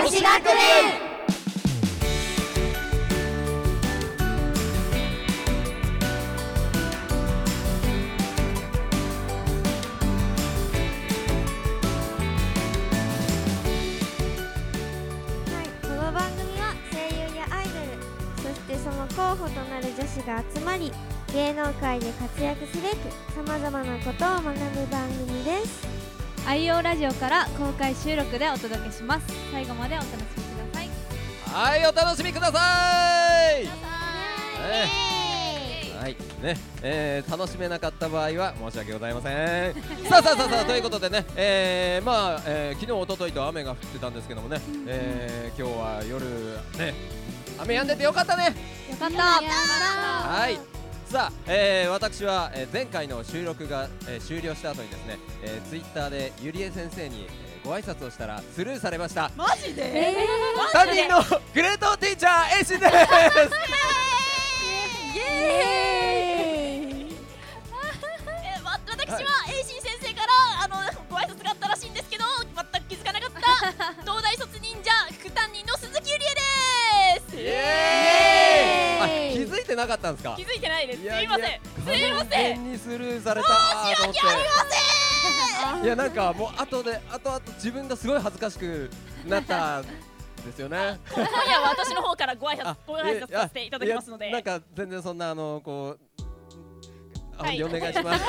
子学園。 この番組は声優やアイドル、そしてその候補となる女子が集まり、芸能界で活躍すべくさまざまなことを学ぶ番組です。 IO ラジオから公開収録でお届けします。最後までお楽しみください。 はい、お楽しみください。はいね、楽しめなかった場合は申し訳ございません。さあということでね、昨日おとといと雨が降ってたんですけどもね、今日は夜ね雨止んでてよかったね。 よかった。 はい。さあ、私は、前回の収録が、終了した後にですね、ツイッターでゆりえ先生に、ご挨拶をしたらスルーされました。 マジで？ 担任のグレートティーチャーエイシンです。 イエーイ。私はエイシン先生からご挨拶があったらしいんですけど、全く気づかなかった東大卒忍者副担任の鈴木ゆりえです。 イエーイ。気づいてなかったんですか？ 気づいてないです。すいません。 完全にスルーされた。 申し訳ありません。 いや、なんかもう後々自分がすごい恥ずかしくなったんですよね。 今夜は私の方からご挨拶させていただきますので。 なんか全然そんなこうお願いします。 それでは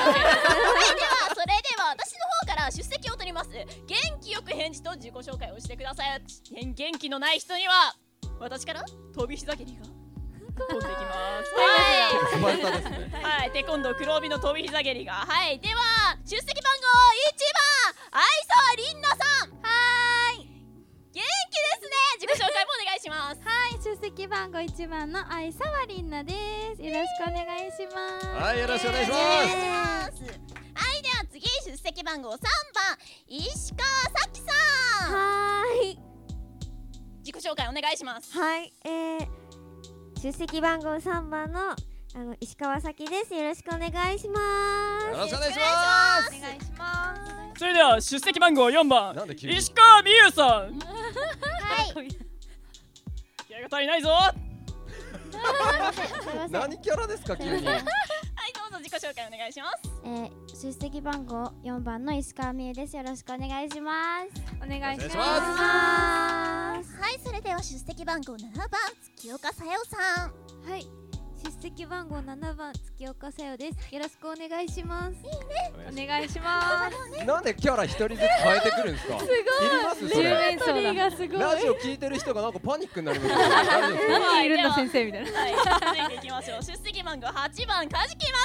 私の方から出席を取ります。元気よく返事と自己紹介をしてください。元気のない人には私から飛び膝蹴りが飛んできます。 スパルタですね。 はい、で今度黒帯の飛び膝蹴りが。はい、では出席番号1番愛沢りんなさん。はーい、元気ですね。自己紹介もお願いします。 はい、出席番号1番の愛沢りんなです。よろしくお願いします。 はい、よろしくお願いします。 はい、では次出席番号3番石川咲さん。 はーい。 自己紹介お願いします。 はい、出席番号3番の石川咲です。よろしくお願いします。 よろしくお願いします。 お願いします。 それでは出席番号4番なんで急に石川美優さん。 はい。 気合が足りないぞ。 何キャラですか急に。 はい、どうぞ自己紹介お願いします。 出席番号4番の石川美恵です。よろしくお願いします。 お願いしお願いしま。 はい、それでは出席番号7番月岡さよさん。 はい、出席番号7番月岡さよです。よろしくお願いします。お願いします。 なんでキャラ一人ずつ変えてくるんですか？すごい。いりますそ 10 れ。 演奏だ。がすごい。 ラジオ聞いてる人がなんかパニックになりますよ。大丈夫ですか？ 何いるんだ先生みたいな。 はい、続いていきましょう。出席番号8番梶木マグロ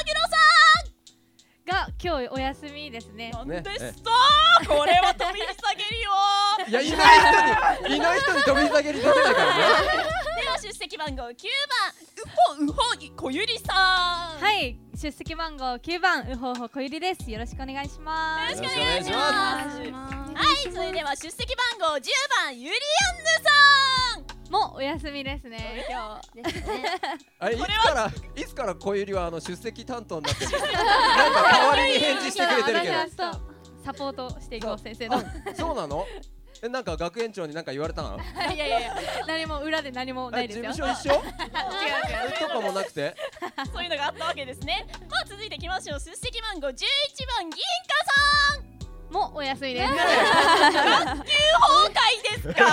が今日お休みですね。 さん。 ねなんですとこれは飛び膝蹴りよ。 いや、いない人に飛び下げりできないからね。 では出席番号9番うほ小ゆりさん。 はい、出席番号9番うほうほ小ゆりです。よろしくお願いします。 よろしくお願いします。はい、それでは出席番号10番ゆりやんぬさん。 もうお休みですね。 あれいつから小百合は出席担当になってるんですか？なんか代わりに返事してくれてるけど。 私はサポートしていこう先生の。 そうなの？なんか学園長に何か言われたの？ いや何も裏で何もないですよ。 事務所一緒？ 違うとかもなくて？ そういうのがあったわけですね。まあ続いていきましょう。出席番号11番銀貨さん。 もうお休みです。 学級崩壊ですか？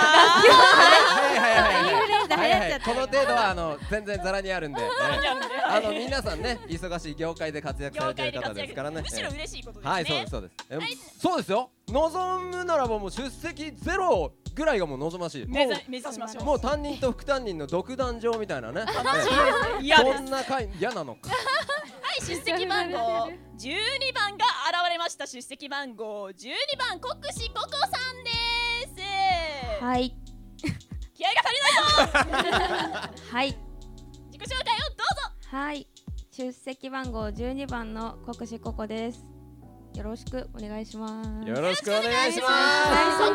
はい、この程度は全然ザラにあるんで、皆さんね忙しい業界で活躍されている方ですからね。 むしろ嬉しいことですね。 はい、そうです。そうですよ。望むならばもう出席ゼロぐらいがもう望ましい。 目指しましょう。 もう担任と副担任の独壇場みたいなね。 嫌です。 そんな会嫌なのか。 はい、出席番号12番が現れました。出席番号12番国士ココさんです。 はい。 気合が足りないぞ。 はい。 自己紹介をどうぞ。 はい。出席番号12番の国士ココです。よろしくお願いします。 よろしくお願いします。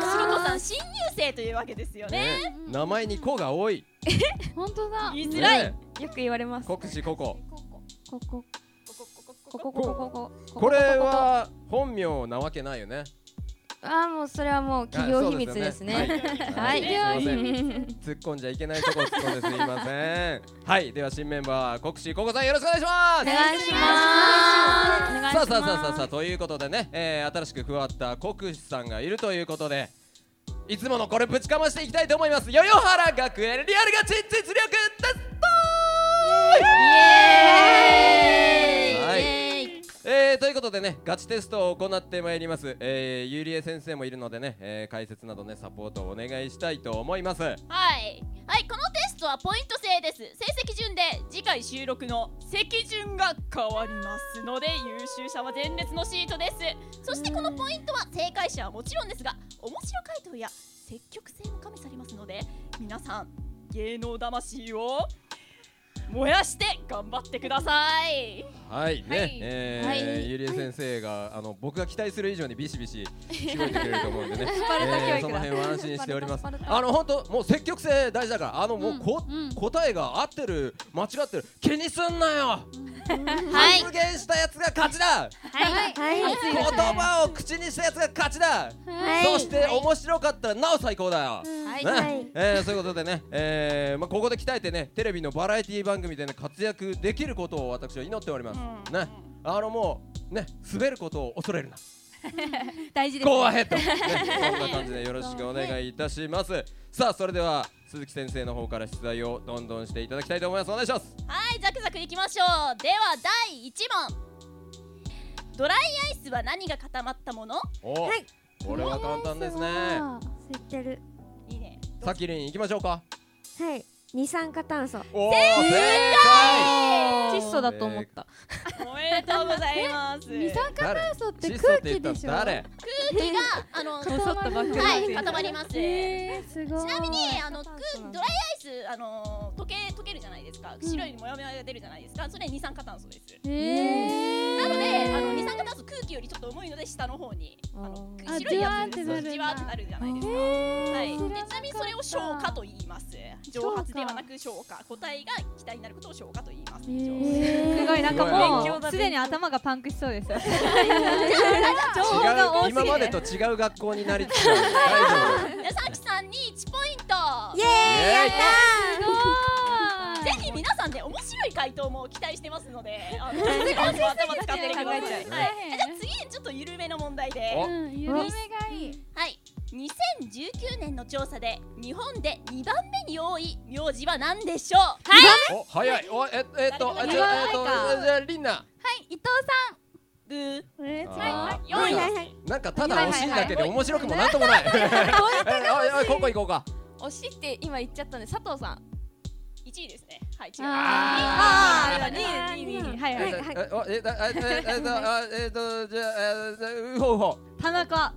国士ココさん新入生というわけですよね。 名前に子が多い。 本当だ。 言いづらい。 よく言われます。 国士ココ。 ここ。 これは本名なわけないよね。 もうそれはもう企業秘密ですね。 はい、 はい、 すいません。突っ込んじゃいけないとこ突っ込んですいません。はい、では新メンバー国士ココさんよろしくお願いします。 お願いします。 さあということでね、新しく加わった国士さんがいるということで、いつものこれぶちかましていきたいと思います。よよはら学園リアルガチ実力テスト。ということでね、ガチテストを行ってまいります。ゆりえ先生もいるのでね、解説などねサポートをお願いしたいと思います。 はい、このテストはポイント制です。成績順で次回収録の席順が変わりますので、優秀者は前列のシートです。そしてこのポイントは正解者はもちろんですが、面白回答や積極性も加味されますので、皆さん芸能魂を燃やして頑張ってください。 はいね、ゆりえ先生が僕が期待する以上にビシビシ絞ってくれると思うんでね、その辺は安心しております。本当もう積極性大事だから、もう答えが合ってる間違ってる気にすんなよ。発言したやつが勝ちだ。言葉を口にしたやつが勝ちだ。そして面白かったらなお最高だよ。そういうことでね、ここで鍛えてね、テレビのバラエティ番組でね活躍できることを私は祈っております。ね、もうね、滑ることを恐れるな。 大事です。 ゴーアヘッド。そんな感じでよろしくお願いいたします。さあ、それでは鈴木先生の方から出題をどんどんしていただきたいと思います。お願いします。 はい、ザクザクいきましょう。では第1問。ドライアイスは何が固まったもの？ はい。 これは簡単ですね。 知ってる。 いいね。 さきりん行きましょうか。 はい。二酸化炭素。 正解。 窒素だと思った。 おめでとうございます。 二酸化炭素って空気でしょ。 誰？ 空気が固まります。 すごい。 ちなみにドライアイス溶けるじゃないですか。白いモヤモヤが出るじゃないですか。それ二酸化炭素です。なので二酸化炭素空気よりちょっと重いので下の方に白いやつじわーってなるじゃないですか。はい。でちなみにそれを消化と言います。蒸発ではなく消化、固体が気体になることを消化と言います。すごい、なんかもうすでに頭がパンクしそうです。 今までと違う学校になりつつある。 さきさんに1ポイント。 イエーイ、やったー。ぜひ皆さんで面白い回答も期待してますので、頭使ってください。じゃあ次ちょっと緩めの問題で。 緩めがいい。 はい。2019年の調査で日本で2番目に多い名字は何でしょう？ はい。お、早い。じゃあリンナ。 はい、伊藤さん。 ブー。 4位。 なんかただ惜しいだけで面白くもなんともない。ここ行こうか。 惜しいって今言っちゃったね、佐藤さん。 1位ですね。はい、違う。 2位。はい。 じゃあうほうほ。 田中が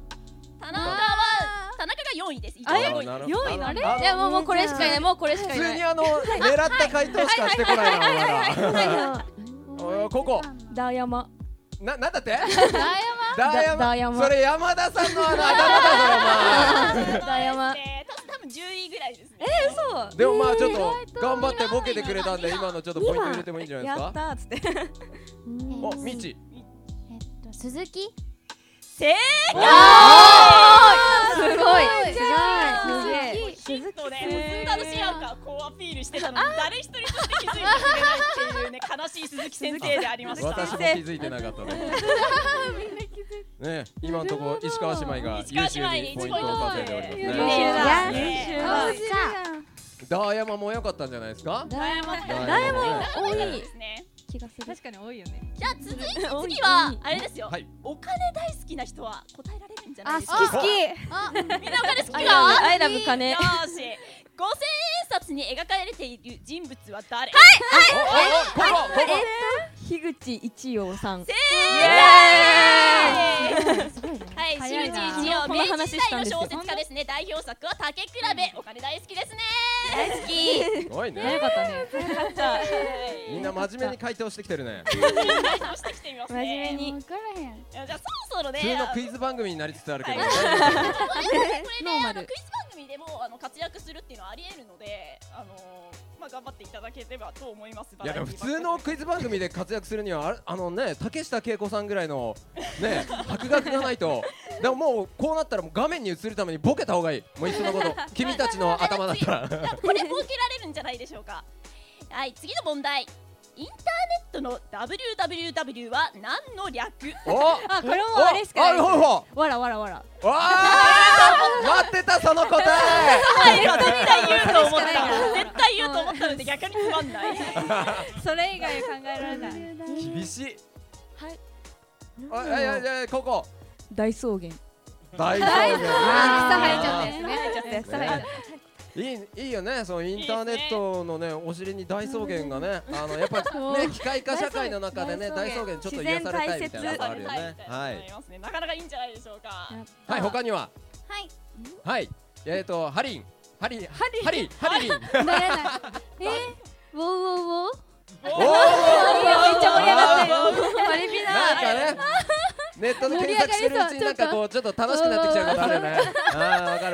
4位です。 4位なれ？ いやもうこれしかいない。もうこれしかいない。 普通に狙った回答しかしてこないな。ここ。 ダーヤマ。 なんだって？ ダーヤマ。 それ山田さんのあだ名だぞお前。 ダーヤマ。 多分10位ぐらいですね。 そう。 でもまあちょっと頑張ってボケてくれたんで今のちょっとポイント入れてもいいんじゃないですか。 やったーっつって。 お、みち。 鈴木。 正解。 すごい。 ヒントね、ずっと私なんかこうアピールしてたのに誰一人として気づいてくれないっていうね、悲しい鈴木先生でありました。 私も気づいてなかったね。ね、今のところ石川姉妹が優秀にポイントを稼いでおりますね。ダーヤマも良かったんじゃないですか。 ダーヤマ多いですね。 気がする。 確かに多いよね。 じゃあ次はあれですよ。お金大好きな人は答えられるんじゃないですか。 好き。 みんなお金好きか？ アイラブ金。 よし。5000円札に描かれている人物は誰？ ここ。 樋口一葉さん。 正解。はい、樋口一葉、明治時代の小説家ですね。代表作は竹比べ。お金大好きですね。 大好き。 すごいね。 よかったね。 みんな真面目に回答してきてるね。 回答してきてみますね。 真面目に。 じゃあそろそろね。 普通のクイズ番組になりつつあるけど。 これね、クイズ番組でも活躍するっていうのはあり得るので、頑張っていただければと思います。 いやでも普通のクイズ番組で活躍するには竹下恵子さんぐらいのね博学がないとでももうこうなったらもう画面に映るためにボケた方がいい。もういっそのこと君たちの頭だったらこれ設けられるんじゃないでしょうか。はい、次の問題。インターネットの www は何の略？ おあ、これもあれしかないです。 わわらわらわら。 待ってたその答え絶対言うと思った絶対言うと思ったので逆につまんないそれ以外考えられない。 厳しい。 はい。 いやここ大草原。 大草原草生えちゃったやつね。草生えちゃった。 いいよね、そのインターネットのねお尻に大草原がね、やっぱね機械化社会の中でね大草原ちょっと癒されたいみたいなのがあるよね。はい。 なかなかいいんじゃないでしょうか。 はい、他にははい、ハリンなれない。ウォーウォーウォー。 おおめっちゃ盛り上がってる。パリピなんかねネットで検索してるうちになんかこうちょっと楽しくなってきちゃうことあるよね。わかる。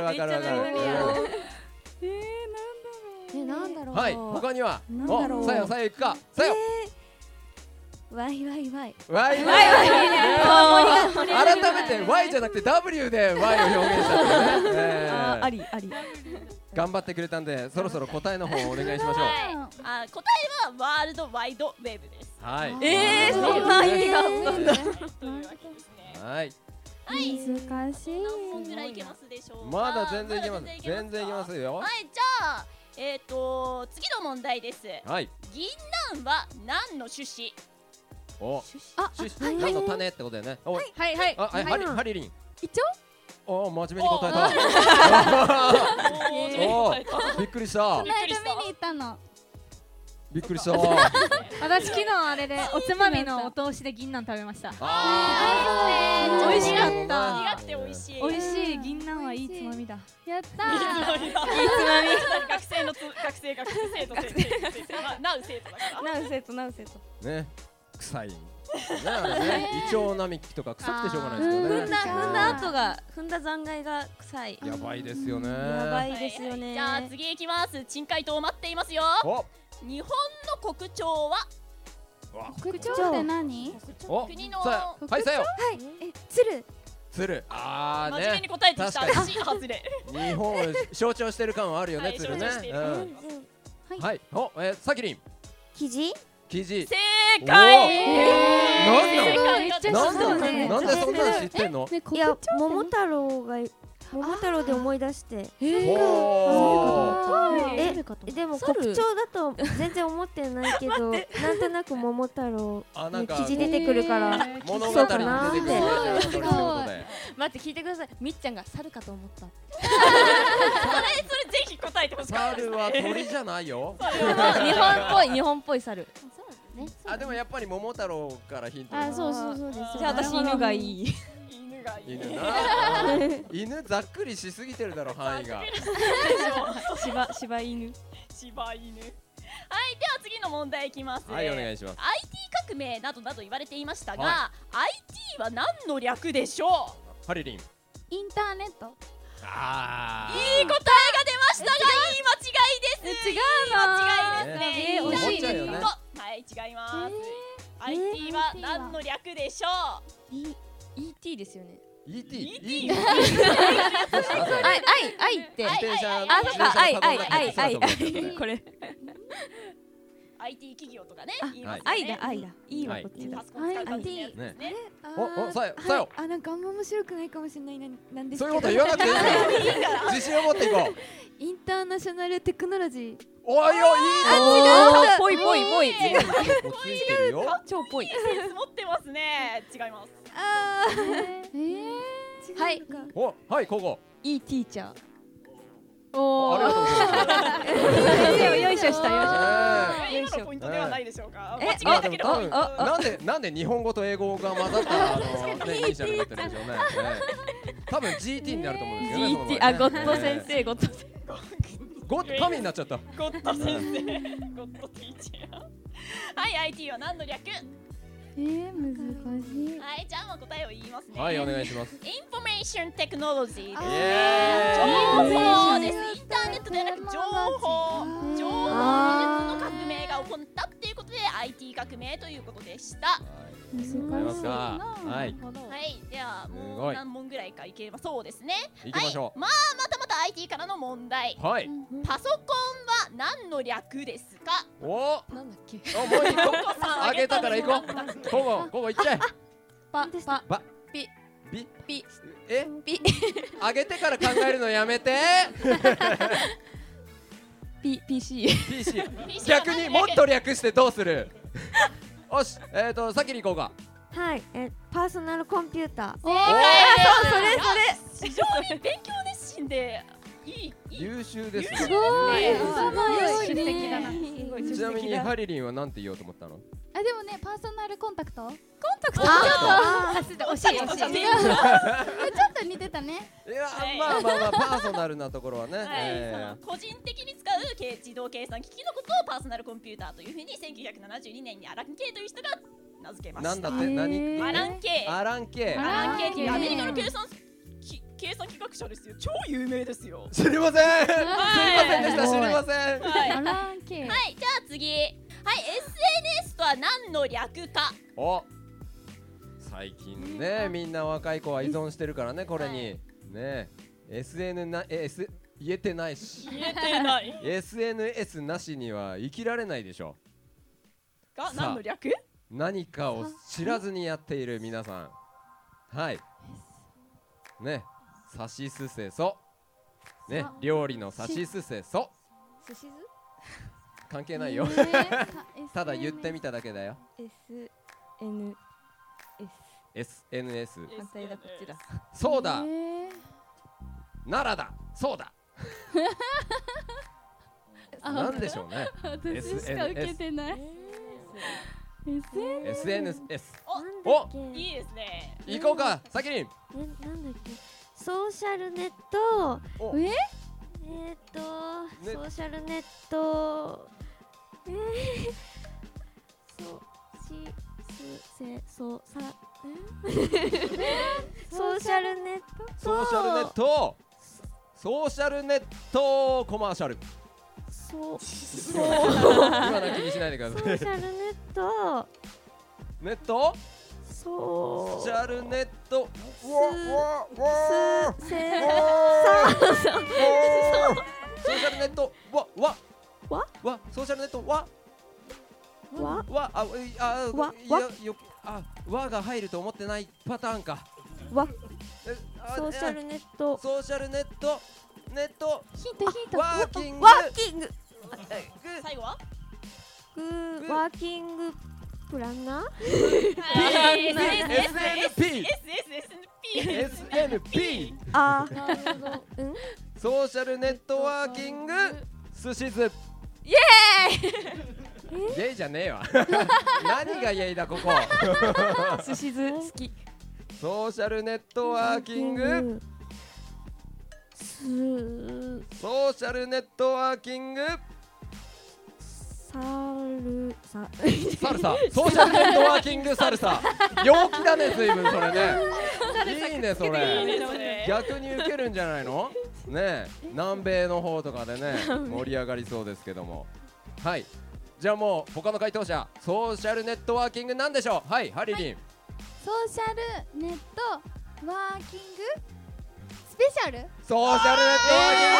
なんだろう。 はい、他にはさよ行くか。さよわいわい。 改めて Y じゃなくて W で Y を表現したんですね。 あり。 頑張ってくれたんでそろそろ答えの方をお願いしましょう。 答えはワールドワイドウェブです。 はい。 そんな意味があったんだ。 というわけですね。 はい。 難しい。 何問ぐらいいけますでしょうか。 まだ全然いけます。全然いけますよ。 はい、じゃあ次の問題です。 はい。 銀杏は何の種子？ 何の種ってことだよね。 はい。 ハリリン。 一応？ 真面目に答えた。びっくりした。 見に行ったの。 びっくりした。 私昨日あれでおつまみのお通しで銀杏食べました。 美味しかった。苦くて美味しい。 美味しい。銀杏はいいつまみだ。やったー。 いいつまみ。学生生徒ナウ生徒だから。 ナウ生徒。 ね、臭い。イチョウ並木とか臭くてしょうがないですよね。 踏んだ残骸が臭い。 やばいですよね。 やばいですよね。 じゃあ次いきます。珍回答待っていますよ。日本の国鳥は？ 国鳥って何？ 国のはいさよ。鶴。 真面目に答えてきた私外れ。 日本を象徴してる感はあるよね、鶴ね。はい。さきりん。 キジ。 正解。 なんでそんなの知ってんの？ いや、桃太郎で思い出して。でも国鳥だと全然思ってないけど、なんとなく桃太郎に記事出てくるからそうかなって。 待って、聞いてください。みっちゃんが猿かと思った。 それぜひ答えてほしかった。 猿は鳥じゃないよ。 日本っぽい猿。 でもやっぱり桃太郎からヒント。 そうです。 じゃあ私犬がいい。 犬ざっくりしすぎてるだろ、範囲が。 柴犬。 はい、では次の問題いきます。 はい、お願いします。 IT 革命などなど言われていましたが、IT は何の略でしょう？ ハリリン。 インターネット。 いい答えが出ましたが、いい間違いです。違うの。間違いですね。はい、違います。IT は何の略でしょう ？ET ですよね。 ET。 愛って。これ。 IT 企業とかね。 愛だ。いいわこっちだ。 IT。 さよ。 なんかあんま面白くないかもしれないなんですけど。 そういうこと言わなくていいから。自信を持っていこう。 インターナショナルテクノロジー。 おいよ、いいの。ぽい。 違うよ。 超ぽい。 持ってますね。違います。 はい、ここ。 いいティーチャー。 ありがとうございます。 よいしょした。 今のポイントではないでしょうか。 なんで日本語と英語が混ざったイニシャルになってるんでしょうね。多分 GT になると思うんですけどね。 ゴッド先生。 神になっちゃった。 ゴッド先生。ゴッドティーチャー。はい、IT は何の略？ 難しい。 はい、じゃあ答えを言いますね。 はい、お願いします。 インフォメーションテクノロジーです。情報です。インターネットではなく情報技術の革命が起こったっていうことで IT 革命ということでした。 難しいございますか。はい、 はいではすもごいう何問ぐらいかいければそうですね。 行きましょはい、またまた IT からの問題。 う。はいパソコンは何の略ですか？ おなんだっけ。 お、もう一個ああげたから行こう。ここ行っちゃえ。 パばピびピえピあげてから考えるのやめて。 PC。 PC 逆にもっと略してどうする？よし、先に行こうか。 はいパーソナルコンピューター。 正解それ非常に勉強熱心でいい優秀ですね。 優秀ですね。 出席だな。 ちなみにハリリンはなんて言おうと思ったの？ あでもねパーソナルコンタクト。 あ惜しい惜しい。ちょっと似てたね。 いや、 はいまあパーソナルなところはね。 はい、その個人的に使う自動計算機器のことをパーソナルコンピューターというふうに1972年にアラン・ケイという人が名付けました。 なんだって何？ アラン・ケイ。 アランケイ。 アラン・ケイっていうアメリカの計算機学者ですよ。超有名ですよ。 知りません。知りませんでした。知りません。 はい。 アラン系。 はい、じゃあ次。はい、SNS とは何の略か。 お、最近ね、みんな若い子は依存してるからね、これにね。SNS 言えてないし。 言えてない。 SNS なしには生きられないでしょ。 が何の略？ 何かを知らずにやっている皆さん。はい。ね、さしすせそ。ね、料理のさしすせそ。 すしず。 関係ないよ。ただ言ってみただけだよ。SNS。 反対だこっちだ。 そうだ。奈良だ。そうだ。なんでしょうね。 私しか受けてない。 SNS。 おいいですね。 行こうか、先に。 なんだっけソーシャルネットおソーシャルネットソーシャルネットソーシャルネット。ソーシャルネットコマーシャル。今の気にしないでください。 ソーシャルネットネット。 ソーシャルネット。ソーシャルネット。ソーシャルネット。わが入ると思ってないパターンか。 ソーシャルネットソーシャルネット。ネット。 ヒント。 ワーキング。 最後は？ ワーキングプランナー ？SNP。 あソーシャルネットワーキングすしず。 イエーイ。 イエイじゃねえわ。何がイエイだここ。 すしず好き。 ソーシャルネットワーキング。ソーシャルネットワーキング。 サルサ。 ソーシャルネットワーキングサルサ。陽気だね、随分それね。いいねそれ。逆に受けるんじゃないの？ね、南米の方とかでね盛り上がりそうですけども。はい。じゃあもう他の回答者、ソーシャルネットワーキングなんでしょう。はい、ハリリン。 ソーシャルネットワーキングスペシャル。 ソーシャルネットワーキング。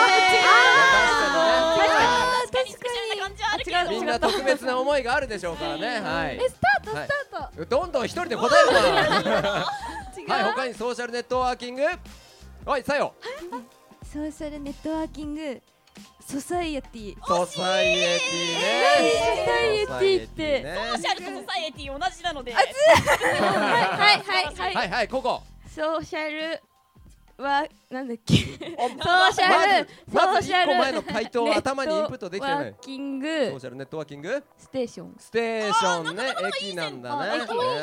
確かにスペシャルな感じはあるけど。 みんな特別な思いがあるでしょうからね。はい。 スタート。 どんどん一人で答えるな。はい、他にソーシャルネットワーキング。はい、さよ。 ソーシャルネットワーキングソサイエティ。 ソサイエティね。 ソサイエティってソーシャルとソサイエティ同じなので。 はいここ。 ソーシャルはなんだっけ。ソーシまず1個ャル前の回答を頭にインプットできてない。 ワーキングソーシャルネットワーキングステーション。 ステーションね。駅なんだね。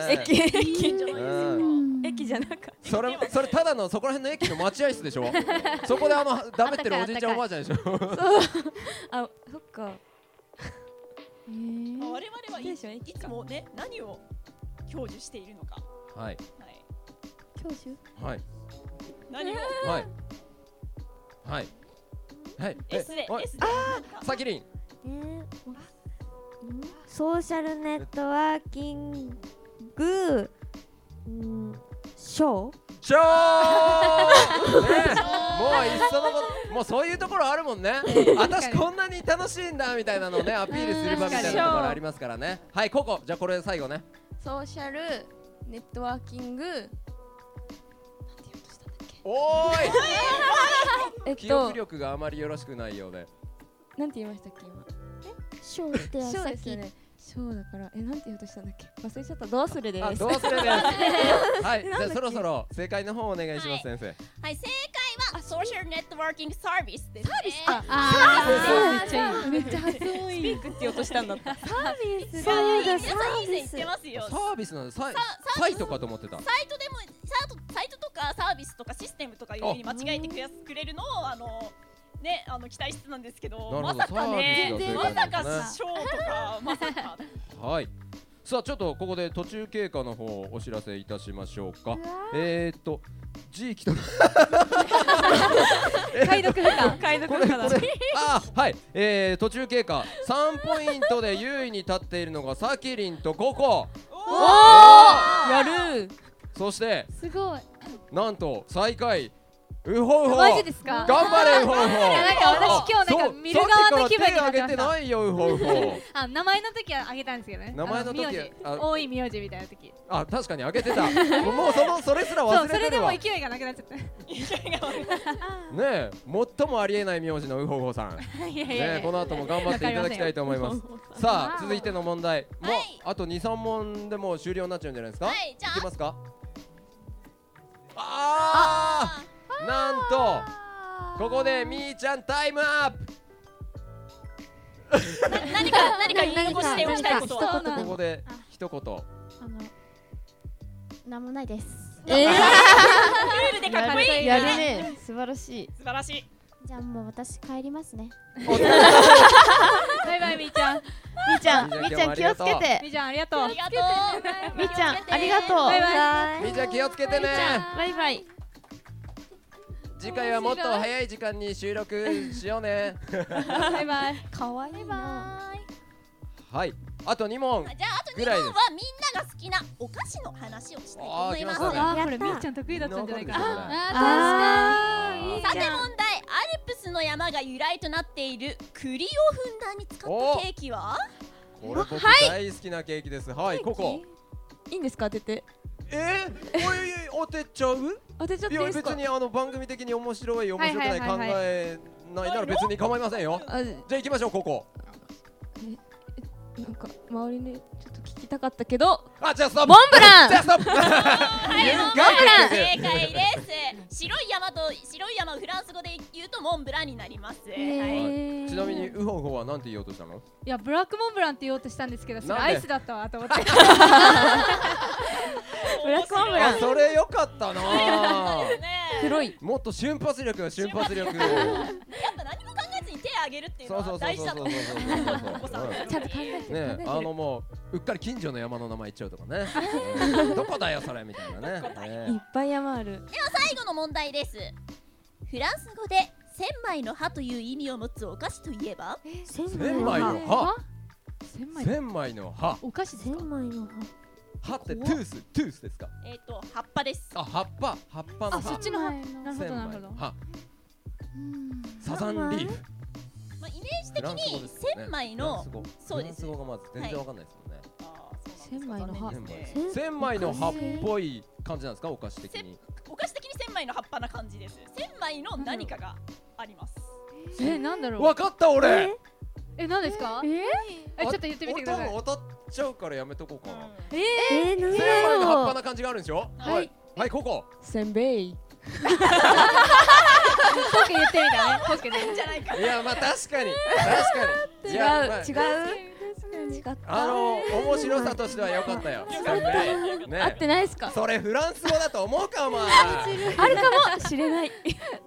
駅じゃなかった。 それただのそこら辺の駅の待合室でしょ。そこでダメってるおじいちゃんおばあちゃんでしょ。 あ、そっか。 我々はいつもね何を享受しているのか。 はい。 教授。 はい。 何を。 はい。 S で。 さきりん。 ソーシャルネットワーキンショーショーねもういっそのこともうそういうところあるもんね私こんなに楽しいんだみたいなのをねアピールする場みたいなところありますからね。はいココじゃあこれ最後ね。 ソーシャルネットワーキングおーい記憶なん力があまりよろしくないようでて言いましたっけ今ショーってショさっきーですよねショーだからなんて言おうとしたんだっけ忘れちゃったどうするですあどうするですはいじゃあそろそろ正解の方お願いします先生。 はい正解はソーシャルネットワーキングサービスですね。 めっちゃ発音いいスピークって言おうとしたんだったサービスそうだサ皆さんいい線いってますよ。 サービスなんでサイトかと思ってた。 サイトでもサイトとかサービスとかシステムとかいう風に間違えてくれるのをね期待してたんですけどまさかねまさかショーとかまさかはいさあちょっとここで途中経過の方をお知らせいたしましょうか。G 来た解読不可解読不可だはい途中経過3ポイントで優位に立っているのがサキリンとココ。 やるそしてすごいなんと最下位ウホウホマジですか。 頑張れウホウホ。 なんか私今日なんか見る側の気分になってました。 手挙げてないよウホウホ名前の時はあげたんですけどね。 名前の時多い名字みたいな時。 あ確かに挙げてたもうそれすら忘れてるわ。 そうそれでも勢いがなくなっちゃった。 ねえ最もありえない名字のウホウホさんねこの後も頑張っていただきたいと思います。さあ続いての問題もうあと 2,3 問でもう終了になっちゃうんじゃないですか。 はいじゃあいきますか。なんとここでみーちゃんタイムアップ何か言い残しておきたいことはここで一言なんもないです。 ルールでかっこいいやるね素晴らしい素晴らしい。 じゃあもう私帰りますね。 バイバイみーちゃん。 みーちゃん気をつけてみーちゃんありがとう。 ありがとうみーちゃんありがとうバイバイ。 みーちゃん気をつけてね。 バイバイ次回はもっと早い時間に収録しようねバイバイ。 かわいいなはいあと2問じゃああと2 ぐらいです問はみんなが好きなお菓子の話をしたいと思います。 あー来ましたねこれみーちゃん得意だったんじゃないかな。 あさて問題アルプスの山が由来となっている栗をふんだんに使ったケーキはこれ僕大好きなケーキです。はいココいいんですか当てて当てちゃう。 当てちゃっていやいいですか別に番組的に面白い面白くない考えないなら別に構いませんよ。じゃあ行きましょうココ。 なんか周りにちょっと聞きたかったけどあじゃあストップモンブランじゃあストップはいモンブラン正解です。白い山をフランス語で言うとモンブランになります。はいちなみにウホウホはなんて言おうとしたの。 いやブラックモンブランって言おうとしたんですけどそれなんでアイスだったわと思って。 ブラックモンブランそれよかったな黒いもっと瞬発力やっぱ何も考えずに手を挙げるっていうのは大事だと思う。お子さんちゃんと考えてねもううっかり近所の山の名前言っちゃうとかねどこだよそれみたいなねいっぱい山あるでは最後の問題です。フランス語で千枚の葉という意味を持つお菓子といえば千枚の葉千枚千枚の葉お菓子ですか。 千枚の葉ってトゥースですか。 葉っぱです。 あ葉っぱの葉あそっちの葉。なるほど千なるほど。 枚の葉サザンリーフまあイメージ的に千枚のそうです。 フランス語がまず全然わかんないですもんね。 千枚の葉千枚の葉っぽい感じなんですかお菓子的に。 お菓子的に千枚の葉っぱな感じです。千枚の何かがあります。 なんだろう。 わかった俺。 何ですか。ちょっと言ってみてください。 当たっちゃうからやめとこうかな。 何千枚の葉っぱな感じがあるんでしょ。はいここせんべいポケ言ってみたね。ポケね。 じゃないか。 いやまあ確かに違った面白さとしては良かったよ。 合ってないですかそれフランス語だと思うかお前。 あるかもしれない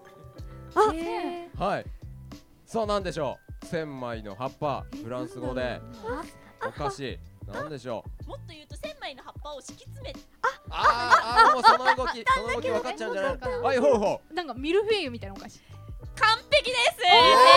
はいそうなんでしょう。千枚の葉っぱフランス語でお菓子なんでしょもっと言うと千枚の葉っぱを敷き詰めてもうその動き分かっちゃうんじゃない。はいほうほう。 なんかミルフィーユみたいなお菓子。 完璧です。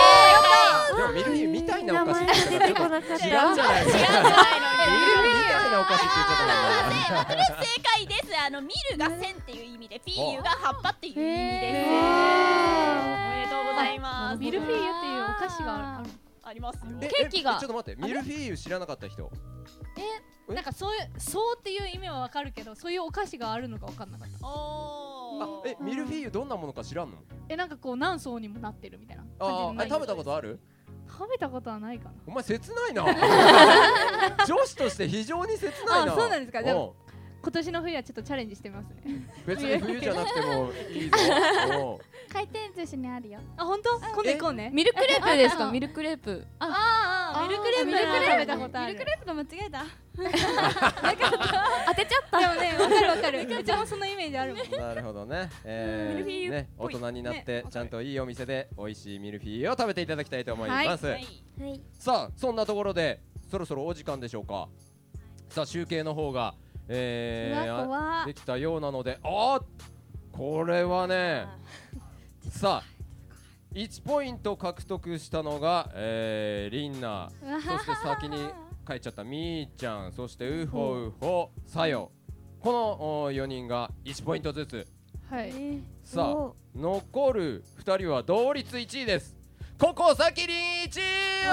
でもミルフィーユみたいなお菓子って出てこなかった。 違うんじゃないですか。ミルフィーユみたいなお菓子って言っちゃったからとりあえず正解です。ミルが線っていう意味で、フィーユが葉っぱっていう意味です。おめでとうございます。 ミルフィーユっていうお菓子がある。 ありますよ。 ケーキがちょっと待って、ミルフィーユ知らなかった人。 なんかそうっていう意味はわかるけど、そういうお菓子があるのかわかんなかった。 ミルフィーユどんなものか知らんの？ なんかこう何層にもなってるみたいな感じの内容。 食べたことある？ 食べたことはないかな。 お前切ないな。女子として非常に切ないな。 そうなんですか。じゃあ今年の冬はちょっとチャレンジしてみますね。 別に冬じゃなくてもいいぞ。 回転寿司にあるよ。 本当？今度行こうね。 ミルクレープですか？ミルクレープ。 ミルクレープ食べたことある。 ミルクレープが間違えた。 当てちゃった。 でもね、わかる。うちもそのイメージあるもん。 なるほどね。ね、大人になってちゃんといいお店で美味しいミルフィーユを食べていただきたいと思います。さあ、そんなところでそろそろお時間でしょうか。さあ、集計の方ができたようなので、これはね、さあ1ポイント獲得したのがリンナ、そして先に帰っちゃったみーちゃん、そしてウホウホ、さよ、この4人が1ポイントずつ。さあ残る2人は同率1位です。ここさきりん1位。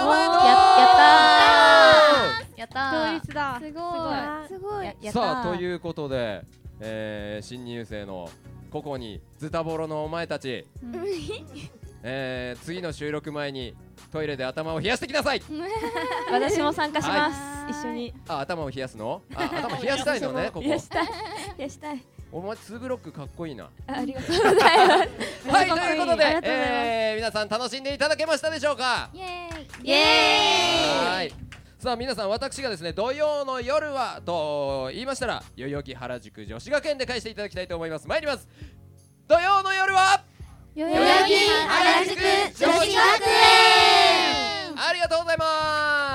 やった同率だ。 すごい。 さあということで、新入生のここにズタボロのお前たち、次の収録前にトイレで頭を冷やしてきなさい。 私も参加します。一緒に。 頭を冷やすの？頭冷やしたいのね、ここ。 冷やしたい。 お前2ブロックかっこいいな。 ありがとうございます。 はい、ということで、皆さん楽しんでいただけましたでしょうか？ イエーイ。 イエーイ。 さあ皆さん、私がですね、土曜の夜はと言いましたら、代々木原宿女子学園で返していただきたいと思います。参ります。土曜の夜は代々木原宿女子学園。 ありがとうございます。